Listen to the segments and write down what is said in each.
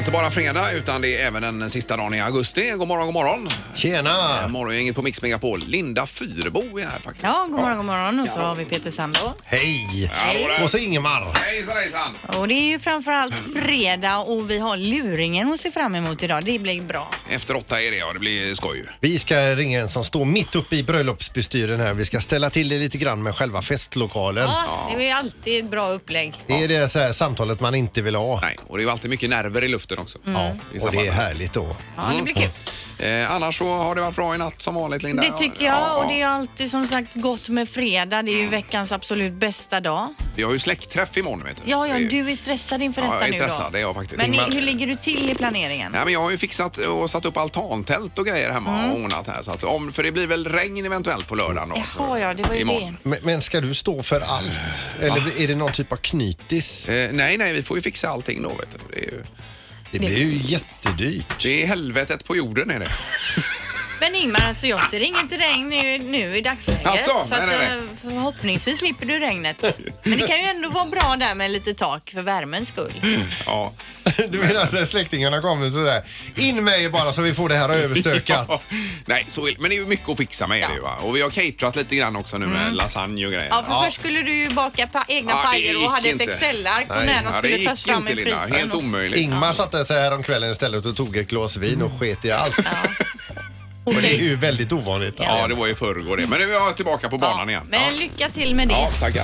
inte bara fredag utan det är även den sista dagen i augusti. God morgon, god morgon. Tjena! Morgongänget på Mix Megapol. Linda Fyrebo är här faktiskt. Ja, god morgon. Och så har vi Peter Sandå. Hej! Hej. Och så Ingemar. Hejsan, hejsan. Och det är ju framförallt fredag och vi har luringen att se fram emot idag. Det blir bra. Efter 8 är det, ja. Det blir skoj. Vi ska ringa en som står mitt uppe i bröllopsbestyren här. Vi ska ställa till det lite grann med själva festlokalen. Ja, det är alltid ett bra upplägg. Det är det så här samtalet man inte vill ha. Nej, och det är ju alltid mycket nerver i luften också. Ja, och det är härligt då. Ja, det blir kul. Annars så har det varit bra i natt som vanligt, Linda. Det tycker jag, och det är alltid som sagt gott med fredag. Det är ju veckans absolut bästa dag. Vi har ju släktträff imorgon, vet du. Ja, Det är- du är stressad inför Ja, detta jag är nu stressad, då. det är jag faktiskt. Men Ingmar- hur ligger du till i planeringen? Ja, men jag har ju fixat och satt upp altantält och grejer hemma och ordnat här. Så att för det blir väl regn eventuellt på lördagen då. Jaha, ja, det var ju imorgon. Men ska du stå för allt? Eller är det någon typ av knytis? Nej, vi får ju fixa allting då, vet du. Det blir ju jättedyrt. Det är helvetet på jorden är det. Men Ingmar, alltså jag ser inget regn nu i dagsläget. Asså, så att, nej. förhoppningsvis slipper du regnet. Men det kan ju ändå vara bra där med lite tak för värmens skull. Ja. Du menar att släktingarna kommer sådär. In med er bara så vi får det här överstökat. Nej, men det är ju mycket att fixa med det, va? Och vi har caterat lite grann också nu med lasagne och grejer. Ja, för först skulle du ju baka egna Ja, det pajer och gick hade inte. ett Excel-ark och Nej. när de Ja, det skulle gick tas fram inte, i Linda. frysen. Helt omöjligt. Ingmar satte sig här om kvällen istället och tog ett glas vin och sket i allt. Och det är ju väldigt ovanligt. Ja, det var ju förrgår det. Men nu är jag tillbaka på banan igen. Men lycka till med det. Ja, tackar.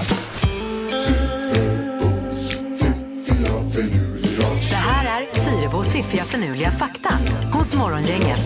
Det här är Fyrebos fiffiga förnuliga fakta hos Morgongänget.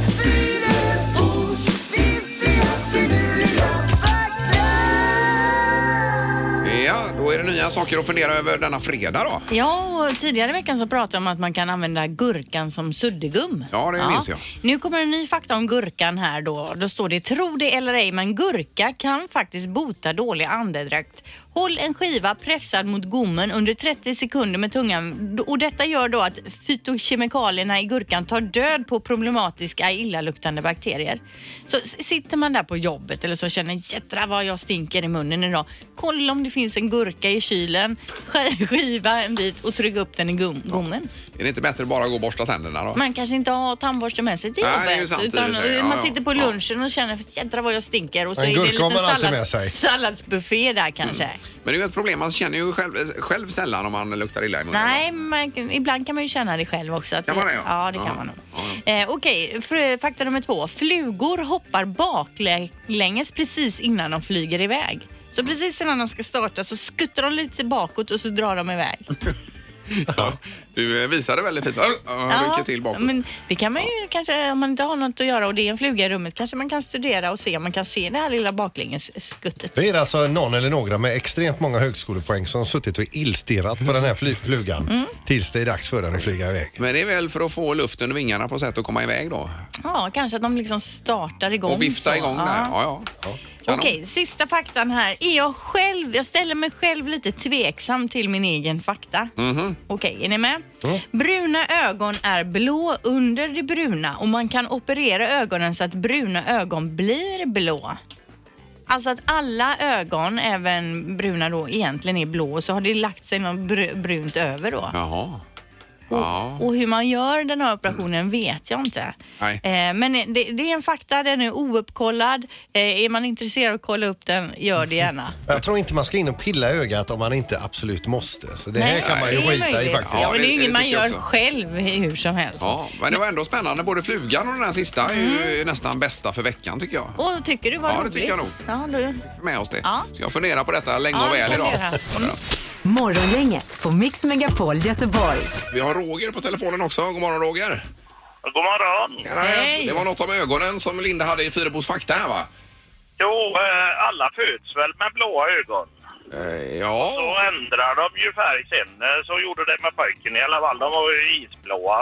Ja, då är det nya saker att fundera över denna fredag då. Ja, och tidigare i veckan så pratade jag om att man kan använda gurkan som suddgum. Ja, det minns jag. Nu kommer en ny fakta om gurkan här då. Då står det, tro det eller ej, men gurka kan faktiskt bota dålig andedräkt. Håll en skiva pressad mot gommen under 30 sekunder med tungan. Och detta gör då att fytokemikalierna i gurkan tar död på problematiska illaluktande bakterier. Så sitter man där på jobbet eller så känner jädrar vad jag stinker i munnen idag. Kolla om det finns en gurka i kylen. Skiva en bit och trycka upp den i gommen. Är det inte bättre att bara gå och borsta tänderna då? Man kanske inte har tandborste med sig till Nej, jobbet. det är ju sant, utan det är det. Ja, man ja. sitter på lunchen och känner jädrar vad jag stinker. Och så En är det gurka har lite man alltid med sig. salladsbuffé där kanske. Men det är ju ett problem, man känner ju själv sällan om man luktar illa i munnen. Nej, ibland kan man ju känna det själv också. Att Kan man det, ja? Ja, det kan man nog. Okej, fakta nummer 2. Flugor hoppar baklänges precis innan de flyger iväg. Så precis innan de ska starta så skuttar de lite bakåt och så drar de iväg. Ja, du visade väldigt fint. Rycker till bakåt. Men det kan man ju kanske, om man inte har något att göra och det är en fluga i rummet, kanske man kan studera och se om man kan se det här lilla baklängesskuttet. Det är alltså någon eller några med extremt många högskolepoäng som suttit och illstirrat på den här flugan tills det är dags för den att flyga iväg. Men det är väl för att få luften och vingarna på sätt att komma iväg då? Ja, kanske att de liksom startar igång. Och vifta igång där. Ja. Kanon. Okej, sista faktan här. Jag ställer mig själv lite tveksam till min egen fakta. Okej, är ni med? Bruna ögon är blå under det bruna och man kan operera ögonen så att bruna ögon blir blå. Alltså att alla ögon, även bruna då, egentligen är blå och så har det lagt sig något brunt över då. Jaha. Och hur man gör den här operationen vet jag inte. Nej. Men det är en fakta, den är ouppkollad. Är man intresserad av att kolla upp den, gör det gärna. Jag tror inte man ska in och pilla i ögat om man inte absolut måste. Så det här kan man ju det är skita i möjligt. faktiskt. Ja, men det är det inget man tycker jag gör också. själv hur som helst. Ja, men det var ändå spännande. Både flugan och den här sista är ju nästan bästa för veckan tycker jag. Och tycker du var Ja, det roligt? tycker jag nog. Ja, du. Med oss det. Ja. Så jag funderar på detta länge och väl det får idag. du göra. Morgongänget på Mix Megapol Göteborg. Vi har Roger på telefonen också. God morgon Roger. God morgon. Hej. Det var något om ögonen som Linda hade i Fyrebos fakta här, va? Jo, alla föds väl med blåa ögon. Ja. Så ändrar de ju färg sen. Så gjorde det med pojken i alla fall. De var ju isblåa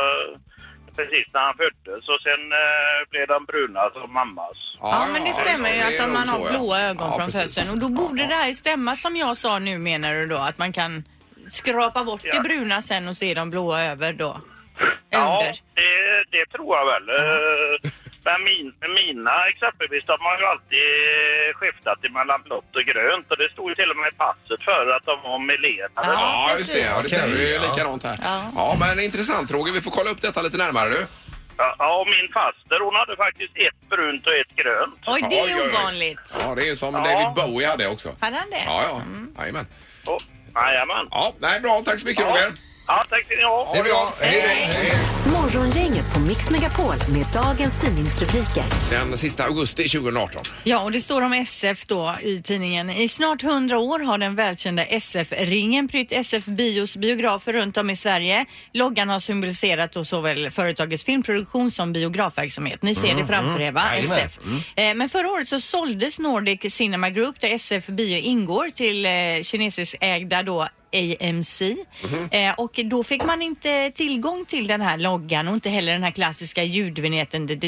precis när han föddes. Och sen blev de bruna som mammas. Ja, men det stämmer ju är att om nog man så, har ja. blåa ögon Ja, från precis. födseln. Och då borde det här stämma som jag sa nu, menar du då? Att man kan skrapa bort det bruna sen och se de blåa över då? Ja, Under. det tror jag väl. Men mina exempelvis, de har ju alltid skiftat mellan blått och grönt. Och det stod ju till och med i passet för att de var melerade. Ja, just det. Ja, det stämmer ju likadant här. Ja, men intressant, Roger. Vi får kolla upp detta lite närmare, du. Ja, och min faster, hon hade faktiskt ett brunt och ett grönt. Oj, det är ovanligt. Ja, det är ju som David Bowie hade också. Hade han det? Ja. Jajamän. Jajamän. Ja, nej, bra. Tack så mycket, Roger. Ja, tack ska ni ha. Det är bra. Hej. Morgongänget på Mix Megapol med dagens tidningsrubriker. Den sista augusti 2018. Ja, och det står om SF då i tidningen. I snart 100 år har den välkända SF-ringen prytt SF-bios biografer runt om i Sverige. Loggan har symboliserat då såväl företagets filmproduktion som biografverksamhet. Ni ser det framför er, va? SF. Men förra året så såldes Nordic Cinema Group, där SF-bio ingår, till kinesisk ägda då AMC. Och då fick man inte tillgång till den här loggan och inte heller den här klassiska ljudvinjetten. Ja,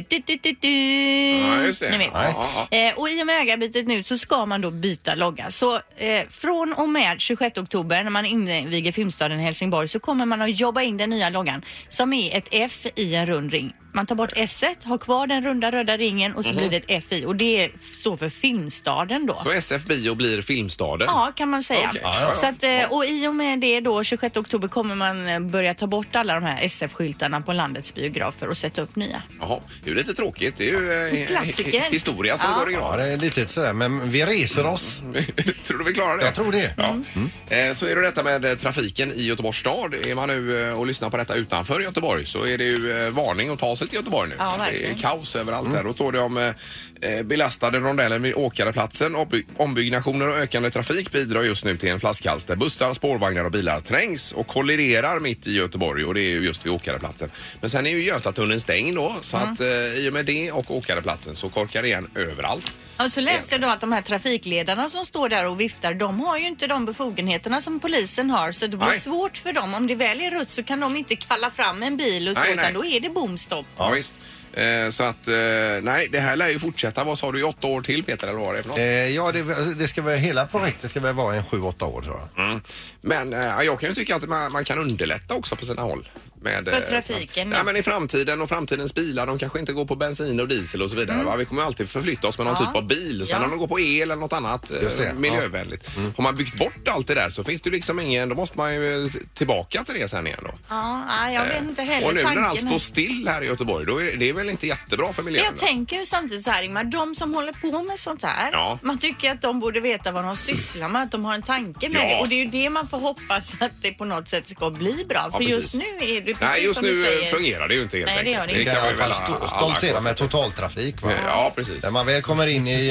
just det. Ni vet. Och i och med ägarbytet nu så ska man då byta logga. Så från och med 26 oktober när man inviger filmstaden Helsingborg så kommer man att jobba in den nya loggan som är ett F i en rund ring. Man tar bort S-et, har kvar den runda röda ringen och så blir det ett F i. Och det står för filmstaden då. Så SF Bio blir filmstaden? Ja, kan man säga. Okay. Så att, och i och med det då, 26 oktober kommer man börja ta bort alla de här SF-skyltarna på landets biografer och sätta upp nya. Jaha, det är ju lite tråkigt. Det är ju klassiker. Historia som går i grav. Ja, det är lite sådär, men vi reser oss. Tror du vi klarar det? Jag tror det. Ja. Så är det detta med trafiken i Göteborgs stad. Är man nu och lyssnar på detta utanför Göteborg så är det ju varning att ta sig till Göteborg nu. Ja, det är kaos överallt här. Då står det om belastade rondellen vid Åkareplatsen. Ombyggnationer och ökande trafik bidrar just nu till en flaskhals där bussar, spårvagnar och bilar trängs och kolliderar mitt i Göteborg, och det är ju just vid Åkareplatsen. Men sen är ju Götatunneln stängd då, så att i och med det och Åkareplatsen så korkar det igen överallt. Och så läste jag då att de här trafikledarna som står där och viftar, de har ju inte de befogenheterna som polisen har, så det blir svårt för dem. Om det väl är rött så kan de inte kalla fram en bil och så, utan då är det bomstopp. Ja, visst. Så att, nej, det här lär ju fortsätta. Vad sa du, 8 år till, Peter, eller vad är det för något? Ja, det ska vara, hela projektet ska väl vara en 7-8 år, tror jag. Men jag kan ju tycka att man kan underlätta också på sina håll. Med, för trafiken. Ja, men i framtiden och framtidens bilar, de kanske inte går på bensin och diesel och så vidare. Va? Vi kommer alltid förflytta oss med någon typ av bil. Sen om de går på el eller något annat miljövänligt. Har man byggt bort allt det där så finns det liksom ingen, då måste man ju tillbaka till det sen igen då. Ja, jag vet inte heller. Och nu när allt står still här i Göteborg, då är det väl inte jättebra för miljön. Jag tänker ju samtidigt så här, Ingmar, de som håller på med sånt här, man tycker att de borde veta vad de sysslar med, att de har en tanke med det. Och det är ju det man får hoppas att det på något sätt ska bli bra. För just nu är det precis som du säger. Nej, just nu fungerar det ju inte helt enkelt. Det gör det Det inte. kan i alla fall stoltsera med totaltrafik, va? Ja, precis. När man väl kommer in i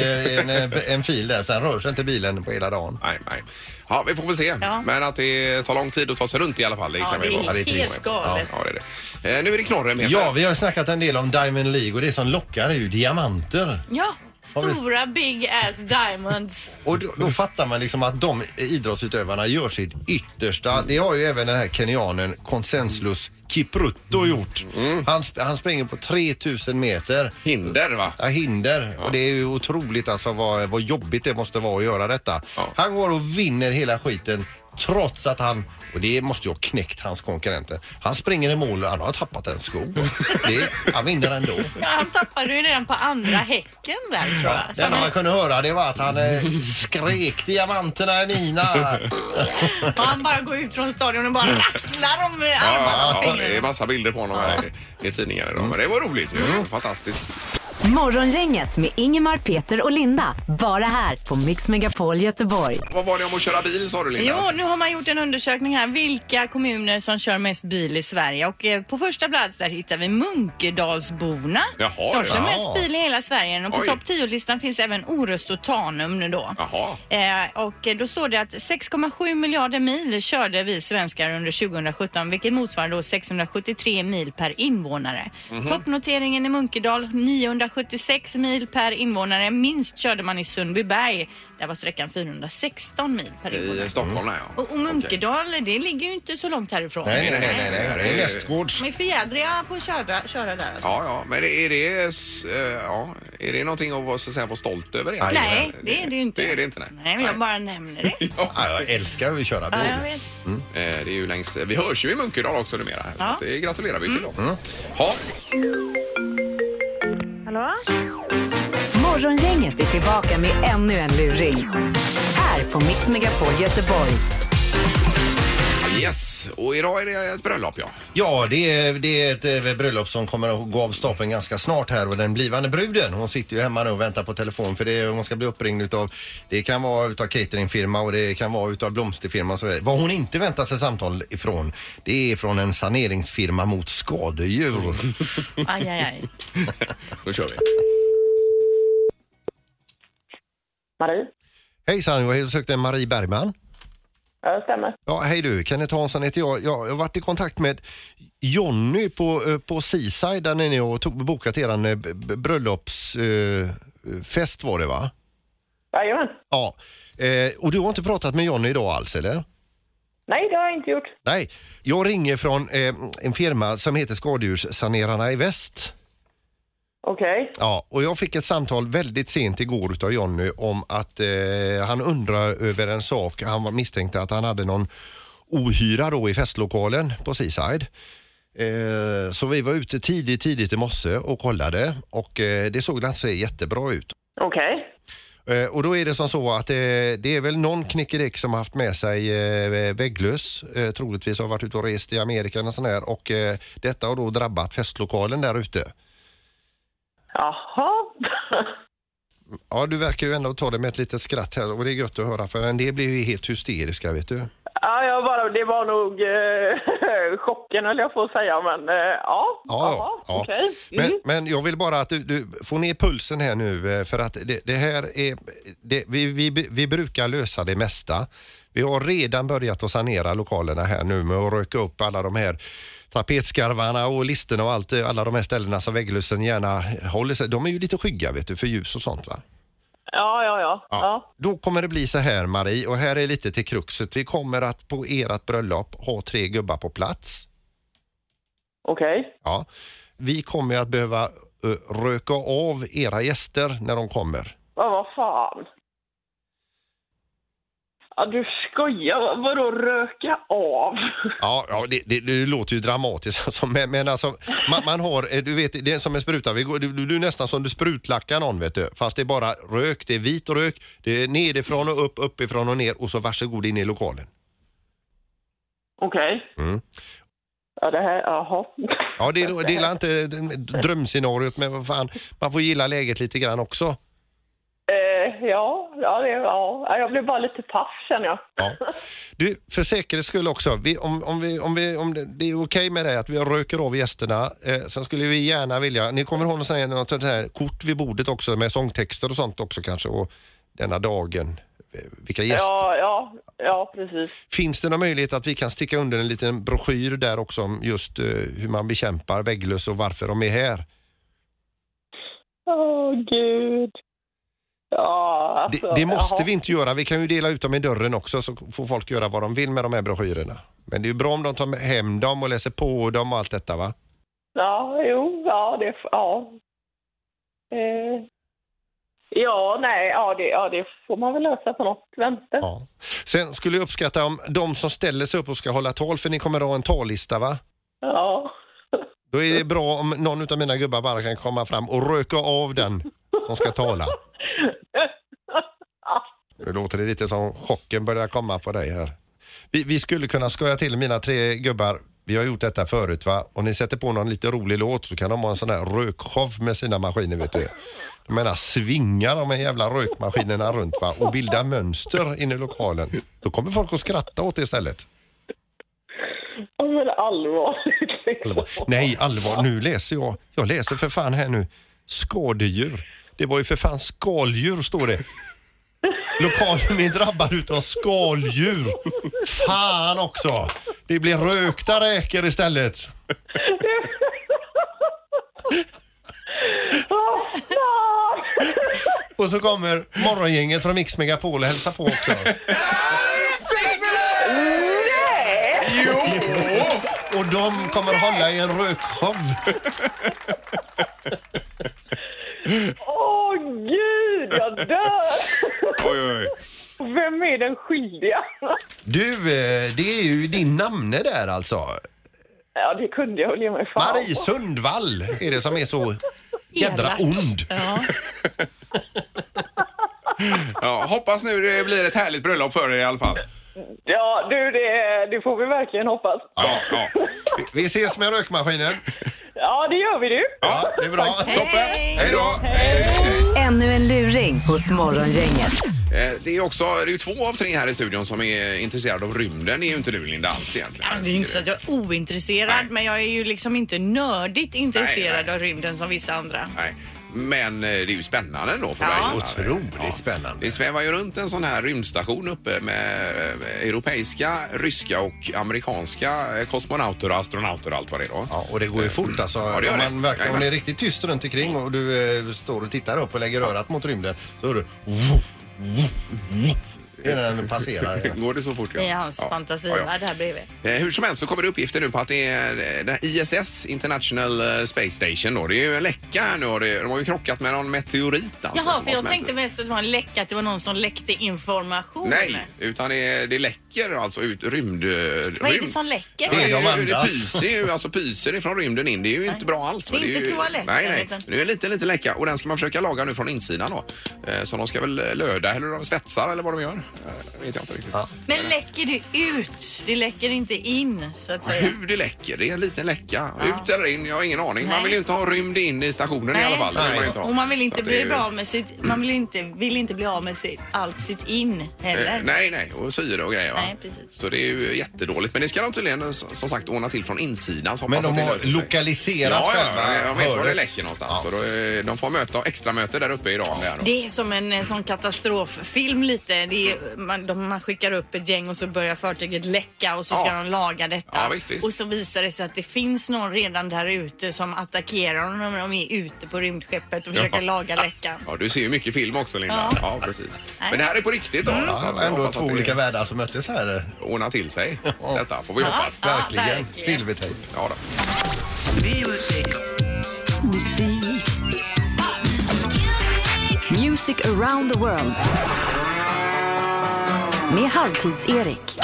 en fil där, sen rör sig inte bilen på hela dagen. Nej. Ja, vi får väl se. Men att det tar lång tid att ta sig runt i alla fall. Det kan det vara. är helt galet. Ja, det är det. Nu är det knorren, Peter. Ja, vi har snackat en del om Diamond League och det som lockar är ju diamanter. Ja, stora big ass diamonds. Och då fattar man liksom att de idrottsutövarna gör sitt yttersta. Det har ju även den här kenyanen Consensus Kiprutto gjort. Han springer på 3000 meter. Hinder, va? Ja, hinder. Och det är ju otroligt alltså vad jobbigt det måste vara att göra detta. Han går och vinner hela skiten trots att han, och det måste ju ha knäckt hans konkurrenter. Han springer i mål och han har tappat en sko. Han vinner ändå. Ja, han tappade ju redan på andra häcken där, tror jag. Det enda man kunde höra det var att han skrek diamanterna är mina. Och han bara går ut från stadion och bara rasslar om armarna och fingrarna. Det är massa bilder på honom här i tidningar idag. Men det var roligt ju. Fantastiskt. Morgongänget med Ingemar, Peter och Linda. Bara här på Mix Megapol Göteborg. Vad var det om att köra bil, sa du, Linda? Jo, nu har man gjort en undersökning här. Vilka kommuner som kör mest bil i Sverige. Och på första plats där hittar vi Munkedalsborna. Jaha, de kör mest bil i hela Sverige. Och på topp 10-listan finns även Orust och Tanum nu då. Jaha. Och då står det att 6,7 miljarder mil körde vi svenskar under 2017. Vilket motsvarar då 673 mil per invånare. Toppnoteringen i Munkedal 976 mil per invånare. Minst körde man i Sundbyberg. Där var sträckan 416 mil per invånare. I Stockholm, ja. Och Munkedal, det ligger ju inte så långt härifrån. Nej. Det är nästgårds. De är förjädriga på att köra där. Alltså. Ja, men är det någonting att vara, så att säga, vara stolt över? Nej, det är det ju inte. Det är det inte, nej. Nej, men jag bara nämner det. Jag älskar att köra bil. Ja, jag vet. Det är ju längs, vi hörs ju i Munkedal också numera. Så det gratulerar vi till dem. Hallå? Morgongänget är tillbaka med ännu en luring. Här på Mix Megapol Göteborg. Yes, och idag är det ett bröllop, ja. Ja, det är ett bröllop som kommer att gå av stapeln ganska snart här, och den blivande bruden, hon sitter ju hemma nu och väntar på telefon för hon ska bli uppringd utav, det kan vara utav cateringfirma och det kan vara utav blomsterfirma och så vidare. Vad hon inte väntar sig samtal ifrån, det är från en saneringsfirma mot skadedjur. Aj. Då kör vi. Marie? Hejsan, jag har sökt en Marie Bergman. Ja, det stämmer. Ja, hej du. Kenneth Hansson heter jag. Jag har varit i kontakt med Jonny på Seaside där ni och bokat eran bröllopsfest var det, va? Jajamän. Ja. Och du har inte pratat med Jonny idag alls, eller? Nej, det har jag inte gjort. Nej. Jag ringer från en firma som heter Skadedjurssanerarna i Väst. Okej. Ja, och jag fick ett samtal väldigt sent igår utav Jonny om att han undrar över en sak. Han var misstänkte att han hade någon ohyra då i festlokalen på Seaside. Så vi var ute tidigt i morse och kollade, och det såg inte jättebra ut. Okej. Och då är det som så att det är väl någon knickedick som har haft med sig vägglös. Troligtvis har varit ute och rest i Amerika och sån här, och detta har då drabbat festlokalen där ute. Jaha. Ja, du verkar ju ändå ta det med ett litet skratt här, och det är gött att höra, för en del blir ju helt hysteriska, vet du. Ja, det var nog chocken, eller jag får säga, men Ja. okej. Men jag vill bara att du får ner pulsen här nu, för att det här är... Vi brukar lösa det mesta. Vi har redan börjat att sanera lokalerna här nu med att röka upp alla de här tapetskarvarna och listerna och alla de här ställena som vägglösen gärna håller sig. De är ju lite skygga, vet du, för ljus och sånt, va? Ja. Då kommer det bli så här, Marie, och här är lite till kruxet. Vi kommer att på ert bröllop ha 3 gubbar på plats. Okej. Ja. Vi kommer att behöva röka av era gäster när de kommer. Vad fan? Ja, du skojar. Vadå röka av? Ja, det låter ju dramatiskt alltså, men alltså man har, du vet, det är som en spruta. Du är nästan som du sprutlackar någon, vet du. Fast det är bara rök, det är vit rök, det är nerifrån och upp, uppifrån och ner, och så varsågod in i lokalen. Okej. Ja, det här, jaha. Ja, det är inte drömscenariot, men vad fan, man får gilla läget lite grann också. Ja, jag blev bara lite paff, känner jag. Ja. Du, för säkerhets skull också, om det är okej med det att vi röker av gästerna, sen skulle vi gärna vilja, ni kommer ha något sånt här kort vid bordet också med sångtexter och sånt också kanske, och denna dagen, vilka gäster. Ja, precis. Finns det någon möjlighet att vi kan sticka under en liten broschyr där också om just hur man bekämpar vägglöss och varför de är här? Gud. Ja, alltså, det måste vi inte göra. Vi kan ju dela ut dem i dörren också, så får folk göra vad de vill med de här broschyrerna. Men det är ju bra om de tar hem dem och läser på dem och allt detta, va? Ja, jo, ja, det... Ja. Det får man väl lösa på något vänster. Ja. Sen skulle jag uppskatta om de som ställer sig upp och ska hålla tal, för ni kommer att ha en tallista, va? Ja. Då är det bra om någon av mina gubbar bara kan komma fram och röka av den som ska tala. Nu låter det lite som chocken börjar komma på dig här. Vi skulle kunna skoja till mina 3 gubbar. Vi har gjort detta förut, va? Och ni sätter på någon lite rolig låt, så kan de ha en sån här rökshow med sina maskiner, vet du. Jag menar, svingar de här jävla rökmaskinerna runt, va? Och bilda mönster inne i lokalen. Då kommer folk att skratta åt det istället. Ja, men allvarligt. Nej, allvar. Nu läser jag. Jag läser för fan här nu. Skadedjur. Det var ju för fan skaldjur, står det. Lokalen är drabbad utav skaldjur. Fan också. Det blir rökta räkor istället. Och så kommer morgongänget från Mix Megapol och hälsa på också. Nej! Jo! Och de kommer hålla i en rökshow. Åh, gud, jag dör! Oj. Vem är den skyldiga? Du, det är ju din namne där alltså. Ja, det kunde jag väl ge mig fan. Marie Sundvall är det som är så Jädra ond. Ja. Ja, hoppas nu det blir ett härligt bröllop för er i alla fall. Ja, du, det får vi verkligen hoppas. Ja, ja. Vi ses med rökmaskinen. Ja, det gör vi du. Ja, det är bra. Toppen. Hej då. Ännu en luring hos Morgongänget. Det är ju 2 av 3 här i studion som är intresserade av rymden. Det är ju inte du, Linda, alls egentligen. Ja, det är ju inte så att jag är ointresserad, Nej. men jag är ju liksom inte nördigt intresserad Nej. av rymden som vissa andra. Nej. Men det är ju spännande ändå. För Ja. Otroligt spännande. Det svävar ju runt en sån här rymdstation uppe med europeiska, ryska och amerikanska kosmonauter och astronauter och allt vad det är då. Ja, och det går ju fort alltså. Ja, det gör det. Om man är riktigt tyst runt omkring och du står och tittar upp och lägger örat mot rymden så hör du innan den passerar. Går det så fort? Ja. I hans fantasivärld här bredvid. Hur som helst så kommer det uppgifter nu på att det är den ISS, International Space Station då. Det är ju en läcka här nu och de har ju krockat med någon meteorit alltså. Jaha, som för har jag smält. tänkte mest att det var en läcka, att det var någon som läckte information. Nej, utan det läcker alltså ut rymd... Vad är det som läcker? Det är de Det andas. pyser ju, alltså pyser ifrån rymden in. Det är ju inte bra alls. Det är inte ju, toaletten, Nej, utan- det är en liten läcka och den ska man försöka laga nu från insidan då. Så de ska väl löda eller de svetsar eller vad de gör. Vet jag inte riktigt. Ja. Men läcker det ut? Det läcker inte in, så att säga. Hur det läcker, det är en liten läcka. Ut eller in, jag har ingen aning. Man Nej. vill ju inte ha rymd in i stationen i alla fall. Det vill man ju inte ha. Och man vill inte Så att bli det är ju- av med sitt, man vill inte bli av med allt sitt in heller. Nej, och syre och grejer va? Nej, precis. Så det är ju jättedåligt. Men det ska de tydligen som sagt ordna till från insidan. Så Men hoppas de att det har löser sig. lokaliserat Ja, själva de vet var det höret. läcker någonstans. Ja. Så då, de får extra möte där uppe idag. Där då. Det är som en sån katastroffilm lite. Det är, man skickar upp ett gäng och så börjar fartyget läcka och så ska Ja. de laga detta. Ja, visst. Och så visar det sig att det finns någon redan där ute som attackerar dem när de är ute på rymdskeppet och försöker laga läckan. Ja, du ser ju mycket film också, Linda. Ja. Ja, precis. Nej. Men det här är på riktigt då. Ja, Så det att var jag ändå hoppas 2 att det olika världar som möttes här. ordnar till sig. Detta får vi hoppas. Ja, Verkligen. verkligen. Silvertejp. Ja, då. Music around the world. Med Halvtids-Erik.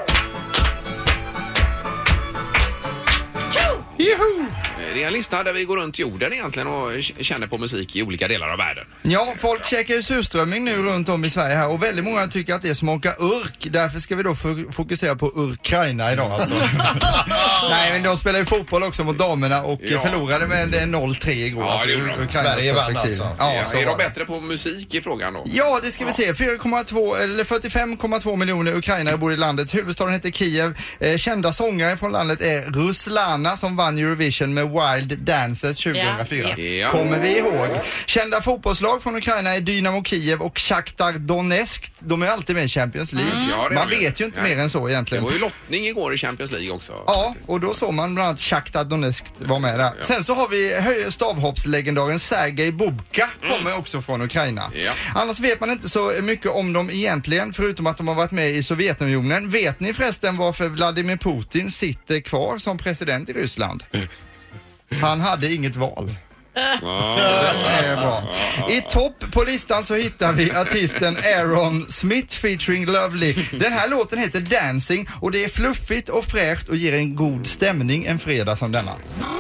Det är en lista där vi går runt jorden egentligen och känner på musik i olika delar av världen. Ja, folk käkar ju surströmming nu runt om i Sverige här och väldigt många tycker att det smakar urk. Därför ska vi då fokusera på Ukraina idag alltså. Nej, men de spelar ju fotboll också mot damerna och Ja. förlade med 0-3 igår. Ja, det är bra. Ukrainas Sverige vann perspektiv. alltså. Ja, så är var de det. bättre på musik i frågan då? Ja, det ska vi se. 45,2 miljoner ukrainare bor i landet. Huvudstaden heter Kiev. Kända sångare från landet är Ruslana som vann Eurovision med Wild Dances 2004. Ja. Kommer vi ihåg. Kända fotbollslag från Ukraina är Dynamo Kiev och Shakhtar Donetsk. De är alltid med i Champions League. Ja, det Man är de. vet ju inte Nej. mer än så Det egentligen. var ju lottning igår i Champions League också. Ja, och då såg man bland annat Shakhtar Donetsk var med där. Sen så har vi stavhoppslegendaren Sergej Bubka, kommer också från Ukraina. Ja. Annars vet man inte så mycket om dem egentligen, förutom att de har varit med i Sovjetunionen. Vet ni förresten varför Vladimir Putin sitter kvar som president i Ryssland? Han hade inget val. Det är bra. I topp på listan så hittar vi artisten Aaron Smith featuring Lovely. Den här låten heter Dancing och det är fluffigt och fräscht och ger en god stämning en fredag som denna.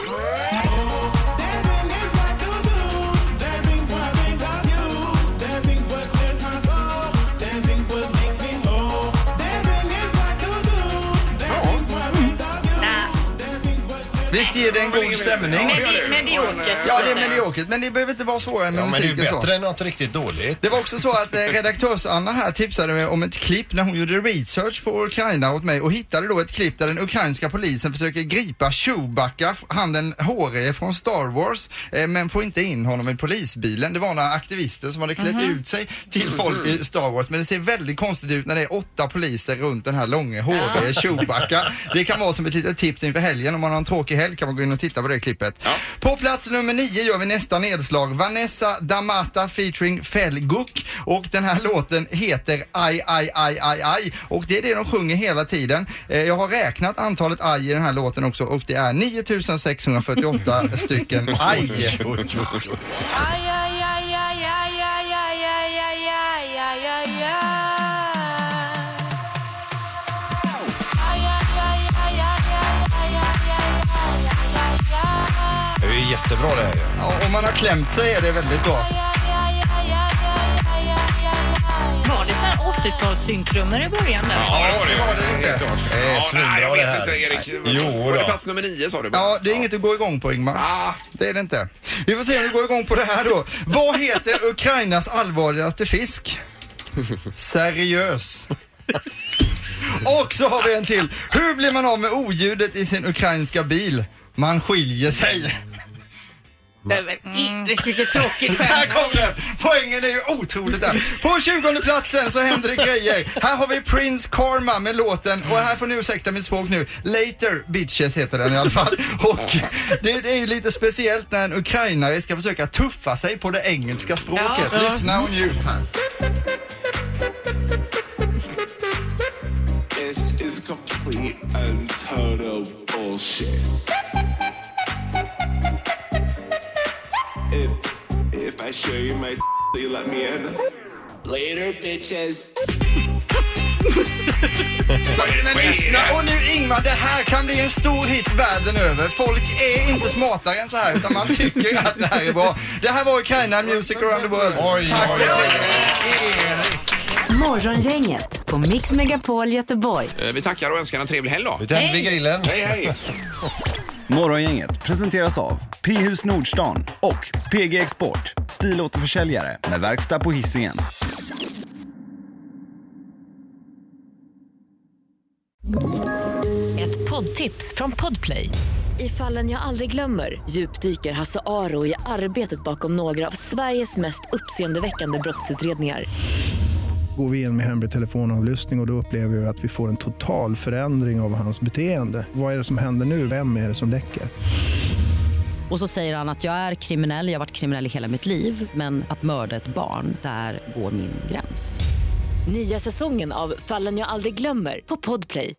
Visst ger det en god stämning? Mediokert. Ja, det är mediokert, men det behöver inte vara svårare med Ja, men det är ju musik och så. bättre än något riktigt dåligt. Det var också så att redaktörs-Anna här tipsade mig om ett klipp när hon gjorde research på Ukraina åt mig och hittade då ett klipp där den ukrainska polisen försöker gripa Chewbacca, han den hårige från Star Wars, men får inte in honom i polisbilen. Det var några aktivister som hade klätt ut sig till folk i Star Wars, men det ser väldigt konstigt ut när det är 8 poliser runt den här långa hårige Chewbacca. Det kan vara som ett litet tips inför helgen. Om man har en tråkig helg kan man gå in och titta på det klippet. Ja. På plats nummer 9 gör vi nästa nedslag. Vanessa Damata featuring Felguk och den här låten heter Aj, aj, aj, aj, aj och det är det de sjunger hela tiden. Jag har räknat antalet aj i den här låten också och det är 9648 stycken aj. Aj, aj, aj, aj, aj, aj, aj, aj, aj, aj, aj, aj, aj, aj. Det är ju jättebra det här. Ja, om man har klämt sig är det väldigt bra. Var det så här 80-talssyntrummer i början där? Ja, det var det lite. Svinbra jag det vet här. inte, Erik. Jo Var det då. plats nummer 9 sa du? Ja, det är inget att gå igång på, Ingmar. Ah. Det är det inte. Vi får se om du går igång på det här då. Vad heter Ukrainas allvarligaste fisk? Seriös. Och så har vi en till. Hur blir man av med oljudet i sin ukrainska bil? Man skiljer sig. Det är väl riktigt tråkigt Här skämt. kommer den! Poängen är ju otroligt där. På 20:e platsen så händer det grejer. Här har vi Prince Karma med låten, och här får ni ursäkta mitt språk nu. Later Bitches heter den i alla fall. Och det är ju lite speciellt när en ukrainare ska försöka tuffa sig på det engelska språket. Ja. Lyssna och njut här. This is complete and total bullshit. If I show you my you let me in. Later bitches. Men lyssna, och nu Ingmar, det här kan bli en stor hit världen över. Folk är inte smartare än så här, utan man tycker att det här är bra. Det här var Ukraina Music Around the World. Tack och Morgongänget på Mix Megapol Göteborg. Vi tackar och önskar en trevlig helg då. Nu tänder vi grillen. Hej, hej. Morgongänget presenteras av P-hus Nordstan och PG Export, stilåterförsäljare med verkstad på Hisingen. Ett poddtips från Podplay. I Fallen jag aldrig glömmer djupdyker Hasse Aro i arbetet bakom några av Sveriges mest uppseendeväckande brottsutredningar. Går vi in med hemlig telefonavlyssning och då upplever vi att vi får en total förändring av hans beteende. Vad är det som händer nu? Vem är det som läcker? Och så säger han att jag är kriminell, jag har varit kriminell i hela mitt liv. Men att mörda ett barn, där går min gräns. Nya säsongen av Fallen jag aldrig glömmer på Podplay.